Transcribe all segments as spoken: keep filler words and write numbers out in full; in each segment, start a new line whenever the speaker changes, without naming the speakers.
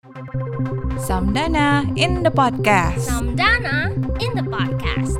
Samdana in the podcast.
Samdana in the podcast.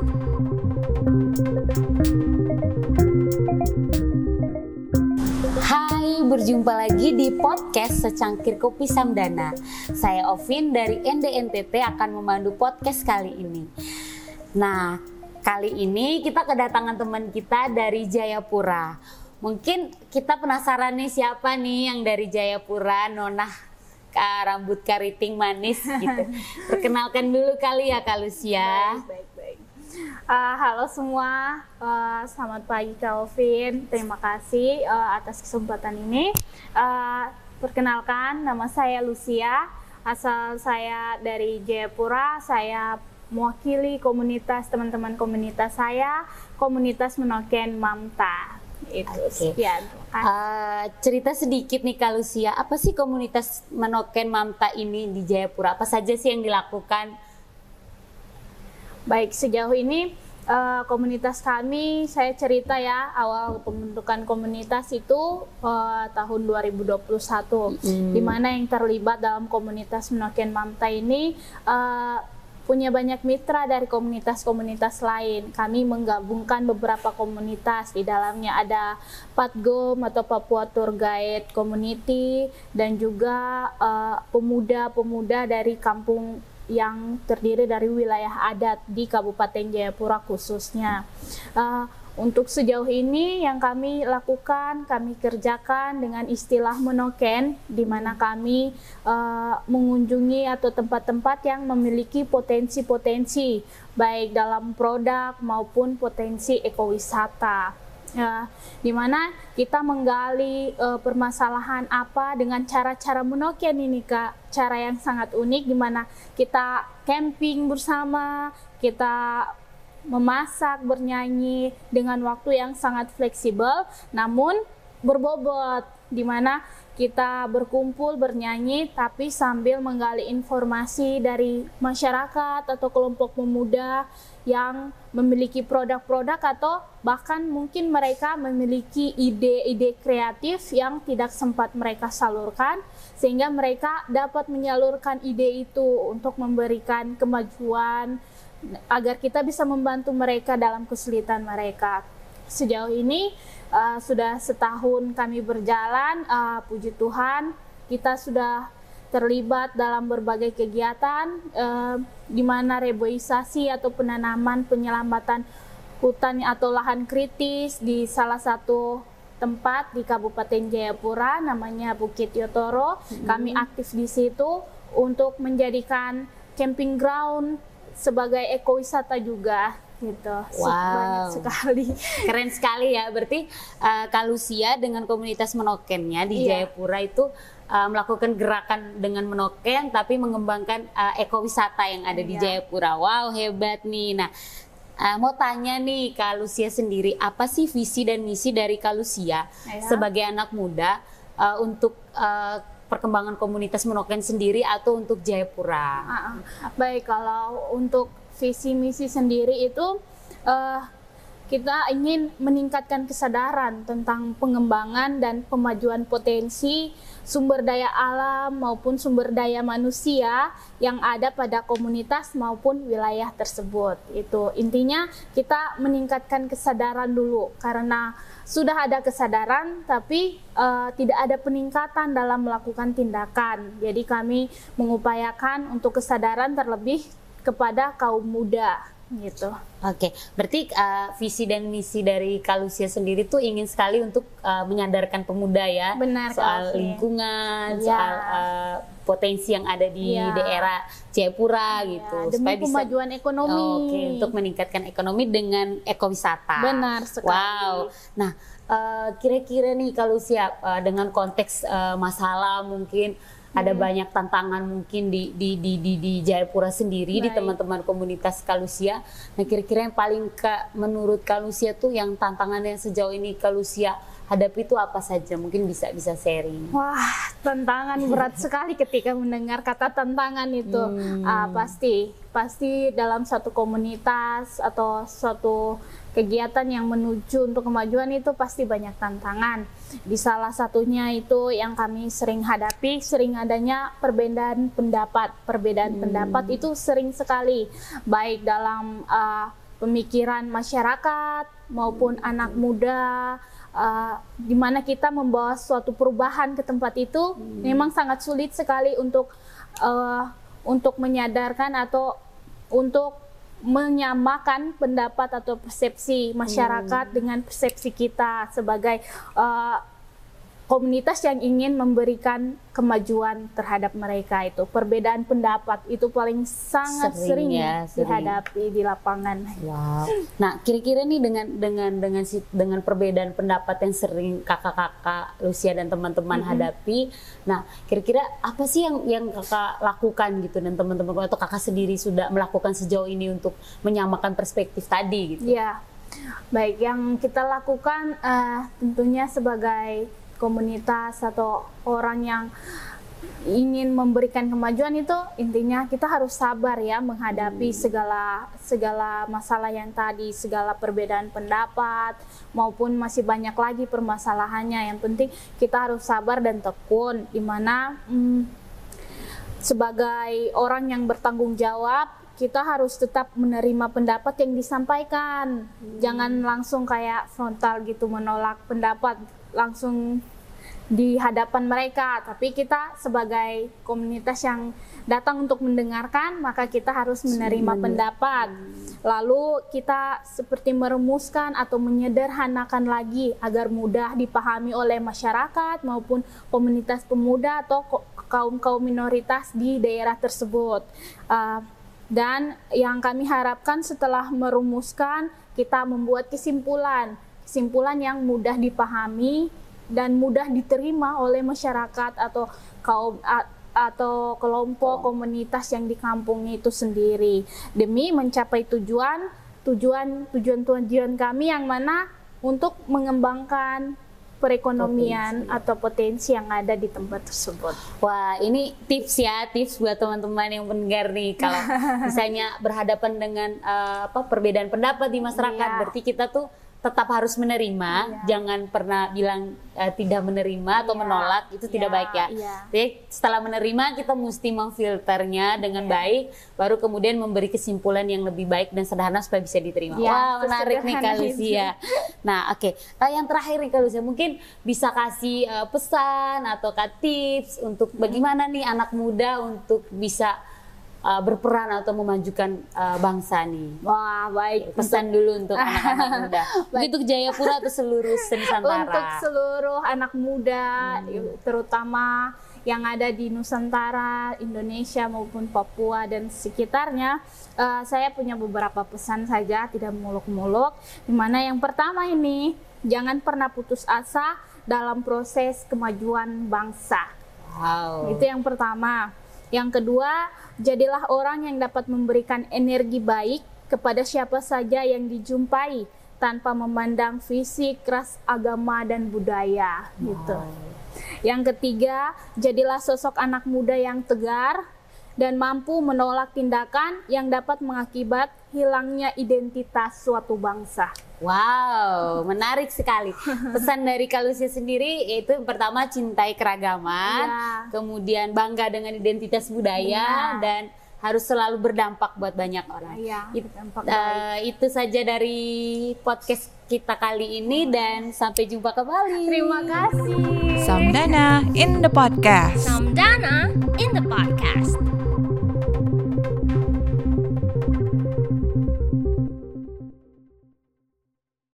Hai, berjumpa lagi di podcast Secangkir Kopi Samdana. Saya Ovin dari N D N T T akan memandu podcast kali ini. Nah, kali ini kita kedatangan teman kita dari Jayapura. Mungkin kita penasaran nih siapa nih yang dari Jayapura, Nona Kak rambut keriting manis gitu. Perkenalkan dulu kali ya Kak Lucia.
Baik, baik, baik. Uh, halo semua, uh, selamat pagi Kak Ovin. Terima kasih uh, atas kesempatan ini. Uh, perkenalkan, nama saya Lucia. Asal saya dari Jayapura. Saya mewakili komunitas teman-teman komunitas saya, komunitas Menoken Mamta. Itu
okay.
Sekian.
Uh, cerita sedikit nih Kak Lucia, apa sih komunitas Menoken Mamta ini di Jayapura? Apa saja sih yang dilakukan?
Baik, sejauh ini uh, komunitas kami, saya cerita ya, awal pembentukan komunitas itu uh, tahun dua ribu dua puluh satu, mm. di mana yang terlibat dalam komunitas Menoken Mamta ini uh, punya banyak mitra dari komunitas-komunitas lain. Kami menggabungkan beberapa komunitas, di dalamnya ada Patgom atau Papua Tour Guide Community, dan juga uh, pemuda-pemuda dari kampung yang terdiri dari wilayah adat di Kabupaten Jayapura khususnya. Uh, Untuk sejauh ini yang kami lakukan, kami kerjakan dengan istilah Menoken, di mana kami uh, mengunjungi atau tempat-tempat yang memiliki potensi-potensi, baik dalam produk maupun potensi ekowisata. Uh, di mana kita menggali uh, permasalahan apa dengan cara-cara Menoken ini Kak, cara yang sangat unik, di mana kita camping bersama, kita memasak, bernyanyi dengan waktu yang sangat fleksibel namun berbobot, di mana kita berkumpul bernyanyi tapi sambil menggali informasi dari masyarakat atau kelompok pemuda yang memiliki produk-produk atau bahkan mungkin mereka memiliki ide-ide kreatif yang tidak sempat mereka salurkan, sehingga mereka dapat menyalurkan ide itu untuk memberikan kemajuan agar kita bisa membantu mereka dalam kesulitan mereka. Sejauh ini uh, sudah setahun kami berjalan, uh, puji Tuhan kita sudah terlibat dalam berbagai kegiatan uh, di mana reboisasi atau penanaman penyelamatan hutan atau lahan kritis di salah satu tempat di Kabupaten Jayapura, namanya Bukit Yotoro. Hmm. Kami aktif di situ untuk menjadikan camping ground sebagai ekowisata juga gitu.
Wow.
Banyak sekali.
Keren sekali ya. Berarti uh, Kak Lucia dengan komunitas Menokennya di
Iya.
Jayapura itu uh, melakukan gerakan dengan Menoken tapi mengembangkan uh, ekowisata yang ada di
Iya.
Jayapura. Wow, hebat nih. Nah, uh, mau tanya nih Kak Lucia sendiri, apa sih visi dan misi dari Kak Lucia
Iya.
sebagai anak muda uh, untuk uh, perkembangan komunitas Menoken sendiri atau untuk Jayapura?
Uh, baik, kalau untuk visi misi sendiri itu uh, kita ingin meningkatkan kesadaran tentang pengembangan dan pemajuan potensi sumber daya alam maupun sumber daya manusia yang ada pada komunitas maupun wilayah tersebut. Itu intinya, kita meningkatkan kesadaran dulu, karena sudah ada kesadaran tapi uh, tidak ada peningkatan dalam melakukan tindakan. Jadi kami mengupayakan untuk kesadaran terlebih kepada kaum muda gitu.
Oke, berarti uh, visi dan misi dari Kak Lucia sendiri tuh ingin sekali untuk uh, menyadarkan pemuda ya.
Benar,
soal
Kak.
lingkungan,
Ya.
soal uh, potensi yang ada di
Ya.
daerah Jayapura
Ya,
gitu,
demi
supaya bisa
kemajuan ekonomi.
Oh, Oke, untuk meningkatkan ekonomi dengan ekowisata.
Benar sekali.
Wow. Nah, uh, kira-kira nih Kak Lucia uh, dengan konteks uh, masalah mungkin ada
Hmm.
banyak tantangan mungkin di di di di, di Jayapura sendiri, di
Baik.
teman-teman komunitas Kak Lucia. Nah, kira-kira yang paling Kak, menurut Kak Lucia tuh yang tantangan yang sejauh ini Kak Lucia hadapi itu apa saja? Mungkin bisa bisa sharing.
Wah, tantangan berat sekali ketika mendengar kata tantangan itu.
Hmm.
Ah, pasti, pasti dalam satu komunitas atau suatu kegiatan yang menuju untuk kemajuan itu pasti banyak tantangan. Di salah satunya itu yang kami sering hadapi, sering adanya perbedaan pendapat. Perbedaan hmm. pendapat itu sering sekali, baik dalam uh, pemikiran masyarakat maupun anak muda. Uh, di mana kita membawa suatu perubahan ke tempat itu hmm. memang sangat sulit sekali untuk uh, untuk menyadarkan atau untuk menyamakan pendapat atau persepsi masyarakat hmm. dengan persepsi kita sebagai uh, komunitas yang ingin memberikan kemajuan terhadap mereka. Itu perbedaan pendapat itu paling sangat sering, sering ya sering. dihadapi di lapangan.
Wow. Nah, kira-kira nih dengan dengan dengan dengan perbedaan pendapat yang sering kakak-kakak Lucia dan teman-teman mm-hmm. hadapi. Nah, kira-kira apa sih yang yang kakak lakukan gitu dan teman-teman atau kakak sendiri sudah melakukan sejauh ini untuk menyamakan perspektif tadi gitu?
Iya. Baik, yang kita lakukan uh, tentunya sebagai komunitas atau orang yang ingin memberikan kemajuan itu intinya kita harus sabar ya menghadapi segala segala masalah yang tadi, segala perbedaan pendapat maupun masih banyak lagi permasalahannya. Yang penting kita harus sabar dan tekun, dimana hmm, sebagai orang yang bertanggung jawab kita harus tetap menerima pendapat yang disampaikan. Hmm. Jangan langsung kayak frontal gitu menolak pendapat langsung di hadapan mereka, tapi kita sebagai komunitas yang datang untuk mendengarkan, maka kita harus menerima Sebenarnya. pendapat. Lalu kita seperti merumuskan atau menyederhanakan lagi agar mudah dipahami oleh masyarakat maupun komunitas pemuda atau kaum-kaum minoritas di daerah tersebut. Uh, dan yang kami harapkan setelah merumuskan, kita membuat kesimpulan, kesimpulan yang mudah dipahami dan mudah diterima oleh masyarakat atau kaum a, atau kelompok komunitas yang di kampung itu sendiri, demi mencapai tujuan tujuan tujuan tujuan kami yang mana untuk mengembangkan perekonomian potensi. atau potensi yang ada di tempat tersebut.
Wah, ini tips ya, tips buat teman-teman yang mendengar nih, kalau misalnya berhadapan dengan uh, apa perbedaan pendapat di masyarakat, yeah. berarti kita tuh tetap harus menerima, iya. jangan pernah bilang uh, tidak menerima atau iya. menolak, itu iya. tidak baik ya. Iya. Jadi setelah menerima kita mesti memfilternya dengan iya. baik, baru kemudian memberi kesimpulan yang lebih baik dan sederhana supaya bisa diterima. Iya, wah, menarik nih Kak Lucia. Nah, oke, okay. uh, yang terakhir nih Kak Lucia, mungkin bisa kasih uh, pesan atau Kak tips untuk bagaimana nih anak muda untuk bisa Uh, berperan atau memajukan uh, bangsa nih.
Wah, baik.
Pesan dulu untuk anak-anak muda. Untuk Jayapura atau seluruh Nusantara?
Untuk seluruh anak muda, hmm. terutama yang ada di Nusantara, Indonesia maupun Papua dan sekitarnya, uh, saya punya beberapa pesan saja, tidak muluk-muluk. Dimana yang pertama ini, jangan pernah putus asa dalam proses kemajuan bangsa.
Wow.
Itu yang pertama. Yang kedua, jadilah orang yang dapat memberikan energi baik kepada siapa saja yang dijumpai tanpa memandang fisik, ras, agama, dan budaya. Wow. Gitu. Yang ketiga, jadilah sosok anak muda yang tegar dan mampu menolak tindakan yang dapat mengakibat hilangnya identitas suatu bangsa.
Wow, menarik sekali. Pesan dari Kak Lucia sendiri yaitu pertama cintai keragaman, ya. kemudian bangga dengan identitas budaya, ya. dan harus selalu berdampak buat banyak orang.
Ya,
It, uh, itu saja dari podcast kita kali ini dan sampai jumpa kembali.
Terima kasih.
Samdana in the podcast.
Samdana in the podcast.